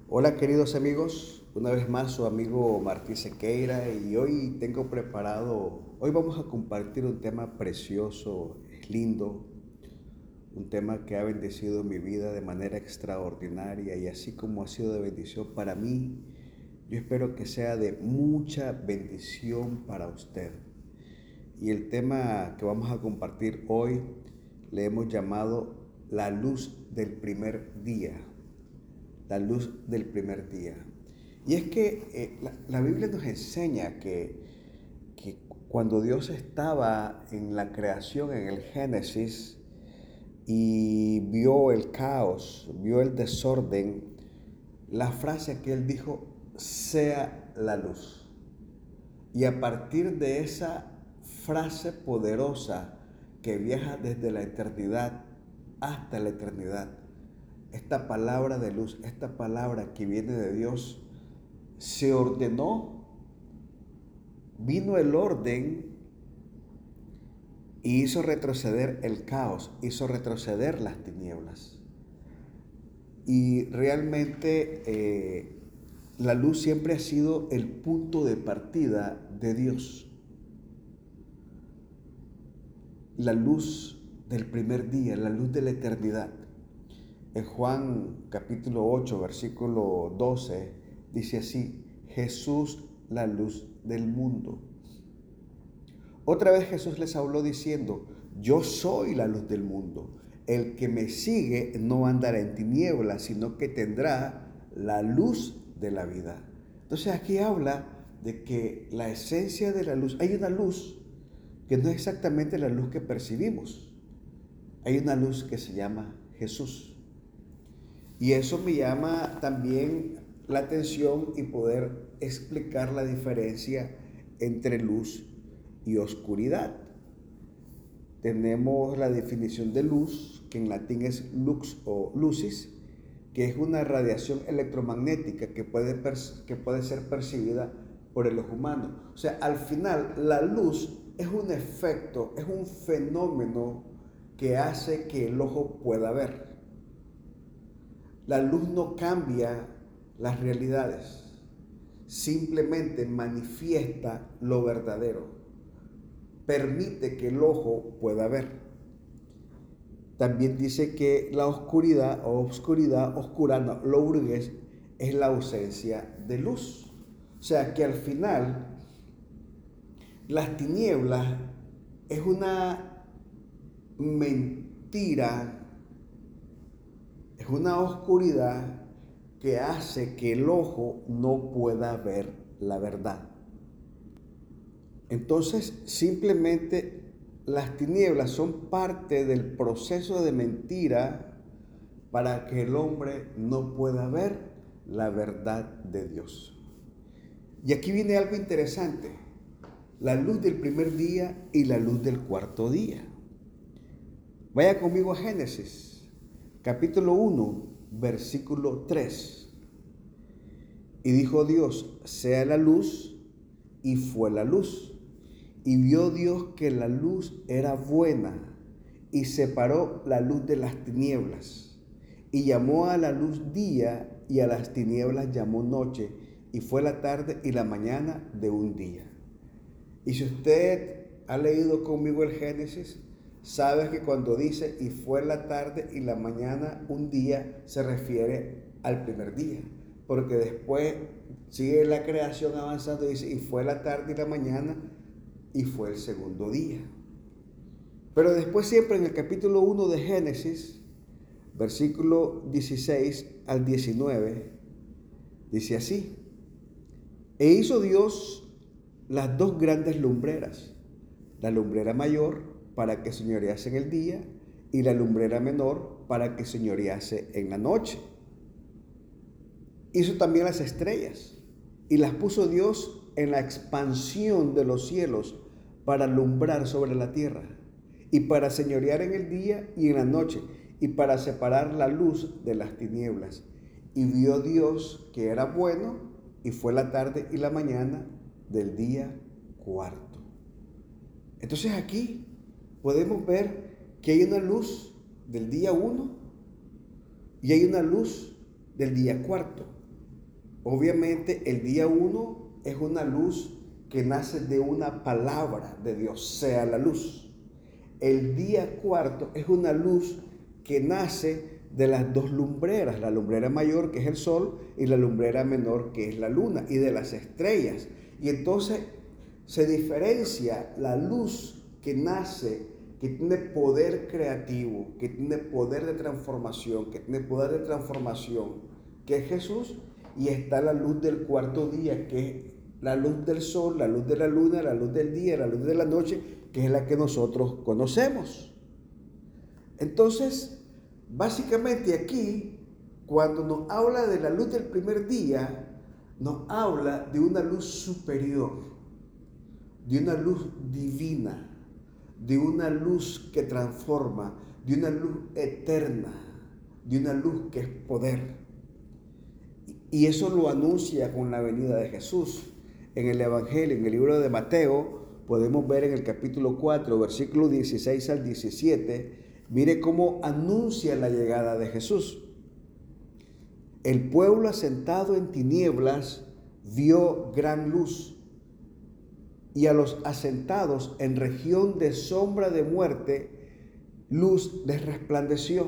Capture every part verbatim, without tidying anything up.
Hola queridos amigos, una vez más su amigo Martí Sequeira y hoy tengo preparado, hoy vamos a compartir un tema precioso, es lindo, un tema que ha bendecido mi vida de manera extraordinaria y así como ha sido de bendición para mí, yo espero que sea de mucha bendición para usted. Y el tema que vamos a compartir hoy le hemos llamado la luz del primer día. La luz del primer día. Y es que eh, la, la Biblia nos enseña que, que cuando Dios estaba en la creación, en el Génesis, y vio el caos, vio el desorden, la frase que él dijo, sea la luz. Y a partir de esa frase poderosa que viaja desde la eternidad hasta la eternidad, esta palabra de luz, esta palabra que viene de Dios, se ordenó, vino el orden y hizo retroceder el caos, hizo retroceder las tinieblas. Y realmente eh, la luz siempre ha sido el punto de partida de Dios. La luz del primer día, la luz de la eternidad. En Juan capítulo ocho, versículo doce, dice así, Jesús la luz del mundo. Otra vez Jesús les habló diciendo, yo soy la luz del mundo. El que me sigue no andará en tinieblas, sino que tendrá la luz de la vida. Entonces aquí habla de que la esencia de la luz, hay una luz que no es exactamente la luz que percibimos. Hay una luz que se llama Jesús. Y eso me llama también la atención y poder explicar la diferencia entre luz y oscuridad. Tenemos la definición de luz, que en latín es lux o lucis, que es una radiación electromagnética que puede, que puede ser percibida por el ojo humano. O sea, al final la luz es un efecto, es un fenómeno que hace que el ojo pueda ver. La luz no cambia las realidades, simplemente manifiesta lo verdadero, permite que el ojo pueda ver. También dice que la oscuridad o obscuridad, oscura, no, lo burgués, es la ausencia de luz. O sea que al final las tinieblas es una mentira, es una oscuridad que hace que el ojo no pueda ver la verdad. Entonces, simplemente las tinieblas son parte del proceso de mentira para que el hombre no pueda ver la verdad de Dios. Y aquí viene algo interesante, la luz del primer día y la luz del cuarto día. Vaya conmigo a Génesis, capítulo uno, versículo tres. Y dijo Dios, sea la luz, y fue la luz. Y vio Dios que la luz era buena, y separó la luz de las tinieblas. Y llamó a la luz día, y a las tinieblas llamó noche, y fue la tarde y la mañana de un día. Y si usted ha leído conmigo el Génesis, sabe que cuando dice y fue la tarde y la mañana un día, se refiere al primer día. Porque después sigue la creación avanzando y dice y fue la tarde y la mañana y fue el segundo día. Pero después siempre en el capítulo uno de Génesis, versículo dieciséis al diecinueve, dice así, e hizo Dios las dos grandes lumbreras, la lumbrera mayor para que señorease en el día y la lumbrera menor para que señorease en la noche. Hizo también las estrellas y las puso Dios en la expansión de los cielos para alumbrar sobre la tierra y para señorear en el día y en la noche y para separar la luz de las tinieblas. Y vio Dios que era bueno y fue la tarde y la mañana del día cuarto. Entonces aquí podemos ver que hay una luz del día uno y hay una luz del día cuarto. Obviamente el día uno es una luz que nace de una palabra de Dios, sea la luz. El día cuarto es una luz que nace de las dos lumbreras, la lumbrera mayor que es el sol y la lumbrera menor que es la luna, y de las estrellas. Y entonces se diferencia la luz que nace, que tiene poder creativo, que tiene poder de transformación, que tiene poder de transformación, que es Jesús, y está la luz del cuarto día, que es la luz del sol, la luz de la luna, la luz del día, la luz de la noche, que es la que nosotros conocemos. Entonces, básicamente aquí, cuando nos habla de la luz del primer día, nos habla de una luz superior, de una luz divina, de una luz que transforma, de una luz eterna, de una luz que es poder. Y eso lo anuncia con la venida de Jesús. En el Evangelio, en el libro de Mateo, podemos ver en el capítulo cuatro, versículos dieciséis al diecisiete, mire cómo anuncia la llegada de Jesús. El pueblo asentado en tinieblas vio gran luz, y a los asentados en región de sombra de muerte, luz les resplandeció.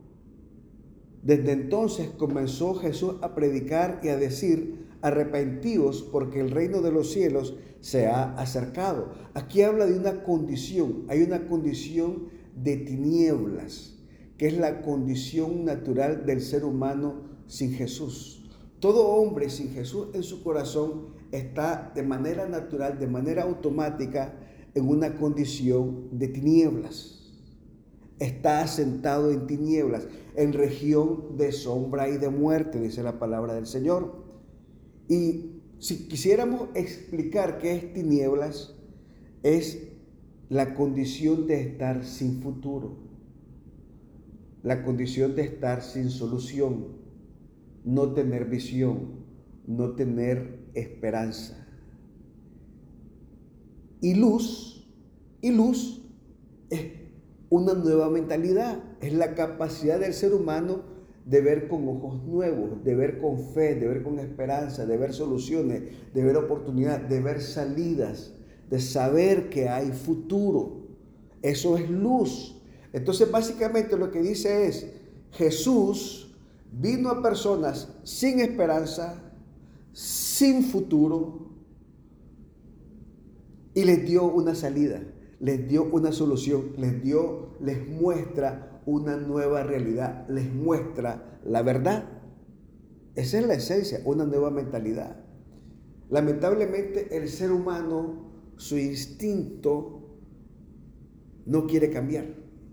Desde entonces comenzó Jesús a predicar y a decir: arrepentíos, porque el reino de los cielos se ha acercado. Aquí habla de una condición, hay una condición de tinieblas, que es la condición natural del ser humano sin Jesús. Todo hombre sin Jesús en su corazón está de manera natural, de manera automática, en una condición de tinieblas. Está asentado en tinieblas, en región de sombra y de muerte, dice la palabra del Señor. Y si quisiéramos explicar qué es tinieblas, es la condición de estar sin futuro, la condición de estar sin solución, no tener visión, no tener esperanza. Y luz, y luz es una nueva mentalidad, es la capacidad del ser humano de ver con ojos nuevos, de ver con fe, de ver con esperanza, de ver soluciones, de ver oportunidades, de ver salidas, de saber que hay futuro. Eso es luz. Entonces, básicamente lo que dice es: Jesús vino a personas sin esperanza, sin futuro, y les dio una salida, les dio una solución, les dio, les muestra una nueva realidad, les muestra la verdad. Esa es la esencia, una nueva mentalidad. Lamentablemente el ser humano, su instinto no quiere cambiar.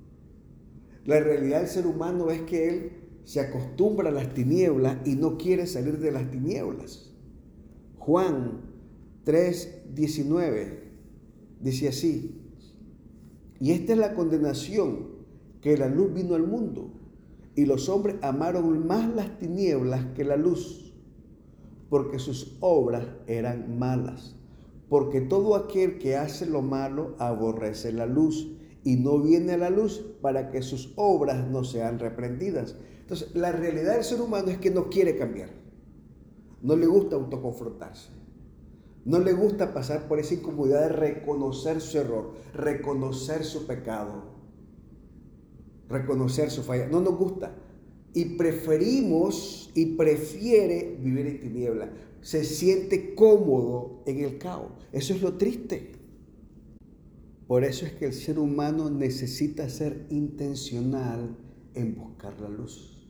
La realidad del ser humano es que él se acostumbra a las tinieblas y no quiere salir de las tinieblas. Juan tres diecinueve dice así: y esta es la condenación, que la luz vino al mundo, y los hombres amaron más las tinieblas que la luz, porque sus obras eran malas. Porque todo aquel que hace lo malo aborrece la luz, y no viene a la luz para que sus obras no sean reprendidas. Entonces, la realidad del ser humano es que no quiere cambiar. No le gusta autoconfrontarse. No le gusta pasar por esa incomodidad de reconocer su error, reconocer su pecado, reconocer su falla. No nos gusta. Y preferimos y prefiere vivir en tinieblas. Se siente cómodo en el caos. Eso es lo triste. Por eso es que el ser humano necesita ser intencional en buscar la luz.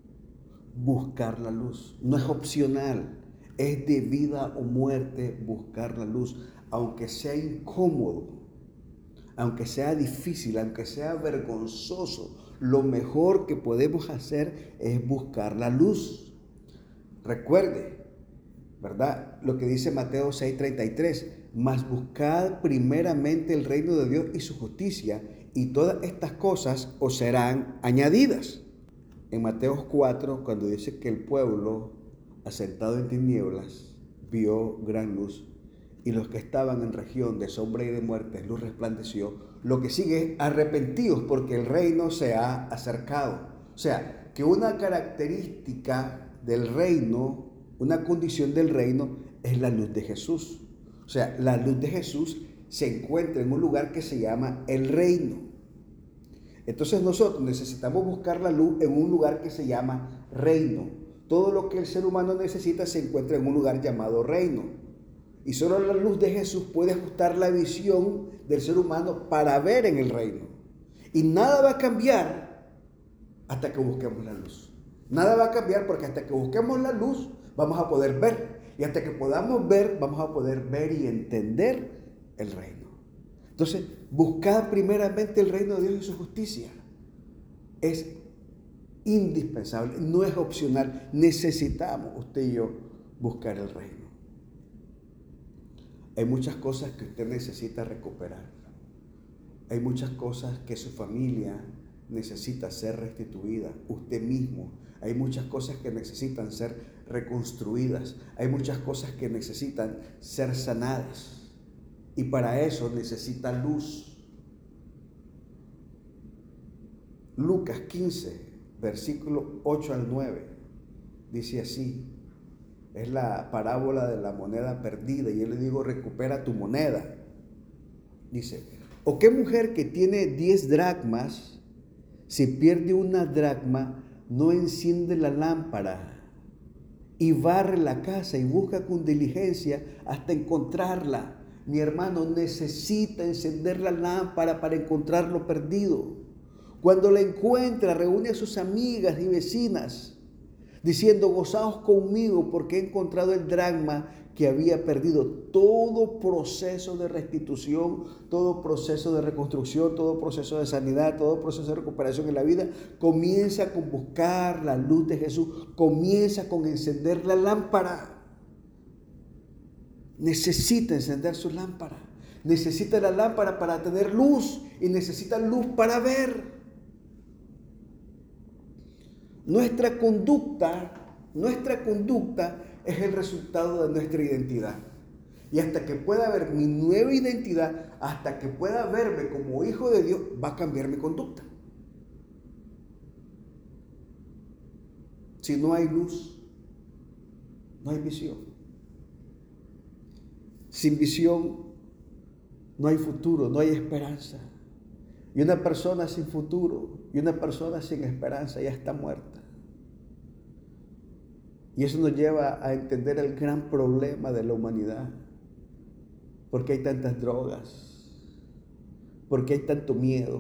Buscar la luz. No es opcional. Es de vida o muerte buscar la luz. Aunque sea incómodo, aunque sea difícil, aunque sea vergonzoso, lo mejor que podemos hacer es buscar la luz. Recuerde, ¿verdad? Lo que dice Mateo seis treinta y tres, mas buscad primeramente el reino de Dios y su justicia, y todas estas cosas os serán añadidas. En Mateo cuatro, cuando dice que el pueblo asentado en tinieblas vio gran luz, y los que estaban en región de sombra y de muerte, luz resplandeció, lo que sigue es arrepentidos, porque el reino se ha acercado. O sea, que una característica del reino una condición del reino es la luz de Jesús. O sea, la luz de Jesús se encuentra en un lugar que se llama el reino. Entonces nosotros necesitamos buscar la luz en un lugar que se llama reino. Todo lo que el ser humano necesita se encuentra en un lugar llamado reino. Y solo la luz de Jesús puede ajustar la visión del ser humano para ver en el reino. Y nada va a cambiar hasta que busquemos la luz. Nada va a cambiar porque hasta que busquemos la luz vamos a poder ver. Y hasta que podamos ver, vamos a poder ver y entender el reino. Entonces, buscar primeramente el reino de Dios y su justicia es indispensable, no es opcional. Necesitamos, usted y yo, buscar el reino. Hay muchas cosas que usted necesita recuperar. Hay muchas cosas que su familia necesita ser restituida, usted mismo. Hay muchas cosas que necesitan ser reconstruidas. Hay muchas cosas que necesitan ser sanadas. Y para eso necesita luz. Lucas quince, versículo ocho al nueve, dice así. Es la parábola de la moneda perdida. Y yo le digo, recupera tu moneda. Dice, ¿o qué mujer que tiene diez dracmas, si pierde una dracma, no enciende la lámpara y barre la casa y busca con diligencia hasta encontrarla? Mi hermano necesita encender la lámpara para encontrar lo perdido. Cuando la encuentra, reúne a sus amigas y vecinas, diciendo, gozaos conmigo porque he encontrado el dracma que había perdido. Todo proceso de restitución, todo proceso de reconstrucción, todo proceso de sanidad, todo proceso de recuperación en la vida comienza con buscar la luz de Jesús, comienza con encender la lámpara. Necesita encender su lámpara, necesita la lámpara para tener luz y necesita luz para ver. Nuestra conducta, nuestra conducta es el resultado de nuestra identidad. Y hasta que pueda ver mi nueva identidad, hasta que pueda verme como hijo de Dios, va a cambiar mi conducta. Si no hay luz, no hay visión. Sin visión, no hay futuro, no hay esperanza. Y una persona sin futuro y una persona sin esperanza ya está muerta. Y eso nos lleva a entender el gran problema de la humanidad. ¿Por qué hay tantas drogas? ¿Por qué hay tanto miedo?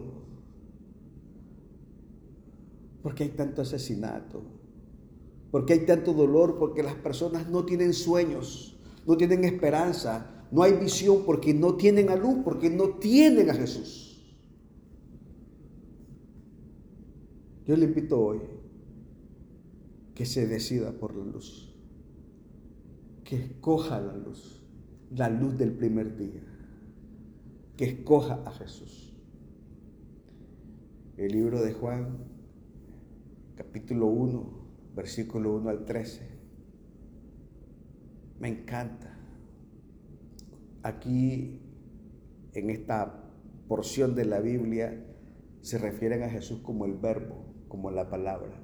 ¿Por qué hay tanto asesinato? ¿Por qué hay tanto dolor? Porque las personas no tienen sueños, no tienen esperanza, no hay visión porque no tienen a luz, porque no tienen a Jesús. Yo le invito hoy que se decida por la luz, que escoja la luz, la luz del primer día, que escoja a Jesús. El libro de Juan, capítulo uno, versículo uno al trece, me encanta. Aquí, en esta porción de la Biblia, se refieren a Jesús como el verbo, como la palabra.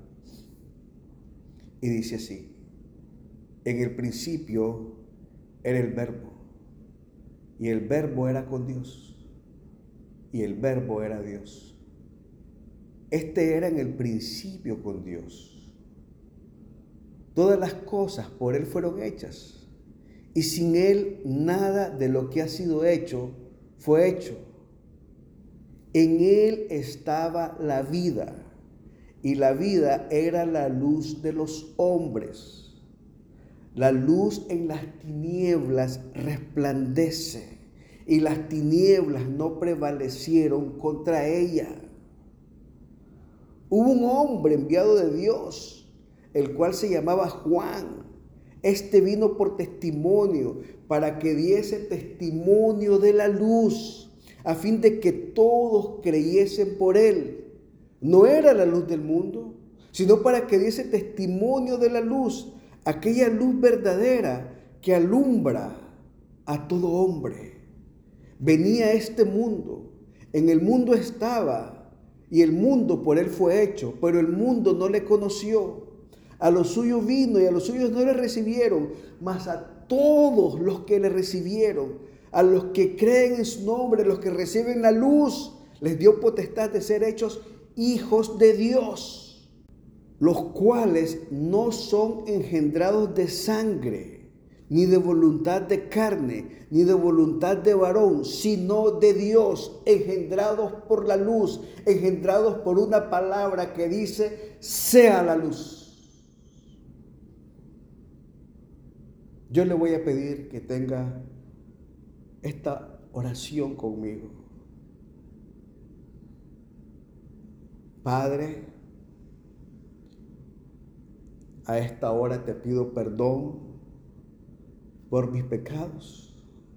Y dice así, en el principio era el verbo, y el verbo era con Dios, y el verbo era Dios. Este era en el principio con Dios. Todas las cosas por Él fueron hechas, y sin Él nada de lo que ha sido hecho fue hecho. En Él estaba la vida, y la vida era la luz de los hombres. La luz en las tinieblas resplandece, y las tinieblas no prevalecieron contra ella. Hubo un hombre enviado de Dios, el cual se llamaba Juan. Este vino por testimonio, para que diese testimonio de la luz, a fin de que todos creyesen por él. No era la luz del mundo, sino para que diese testimonio de la luz, aquella luz verdadera que alumbra a todo hombre. Venía a este mundo, en el mundo estaba, y el mundo por él fue hecho, pero el mundo no le conoció. A los suyos vino y a los suyos no le recibieron, mas a todos los que le recibieron, a los que creen en su nombre, los que reciben la luz, les dio potestad de ser hechos hijos de Dios, los cuales no son engendrados de sangre, ni de voluntad de carne, ni de voluntad de varón, sino de Dios, engendrados por la luz, engendrados por una palabra que dice, sea la luz. Yo le voy a pedir que tenga esta oración conmigo. Padre, a esta hora te pido perdón por mis pecados.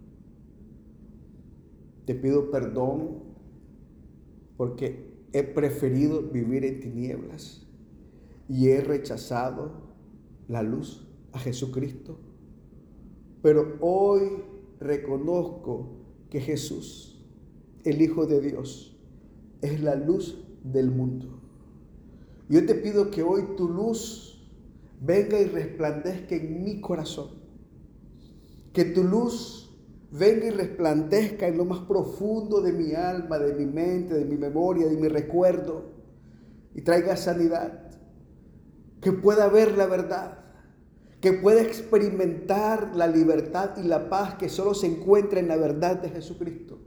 Te pido perdón porque he preferido vivir en tinieblas y he rechazado la luz, a Jesucristo. Pero hoy reconozco que Jesús, el Hijo de Dios, es la luz del mundo. Yo te pido que hoy tu luz venga y resplandezca en mi corazón. Que tu luz venga y resplandezca en lo más profundo de mi alma, de mi mente, de mi memoria, de mi recuerdo, y traiga sanidad. Que pueda ver la verdad. Que pueda experimentar la libertad y la paz que solo se encuentra en la verdad de Jesucristo.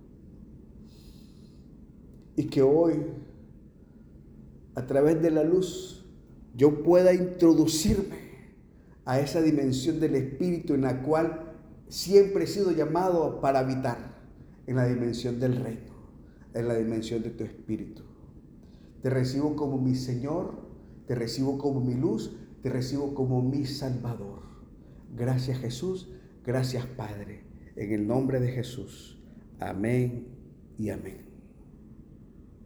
Y que hoy, a través de la luz, yo pueda introducirme a esa dimensión del Espíritu en la cual siempre he sido llamado para habitar, en la dimensión del reino, en la dimensión de tu Espíritu. Te recibo como mi Señor, te recibo como mi luz, te recibo como mi Salvador. Gracias Jesús, gracias Padre. En el nombre de Jesús. Amén y amén.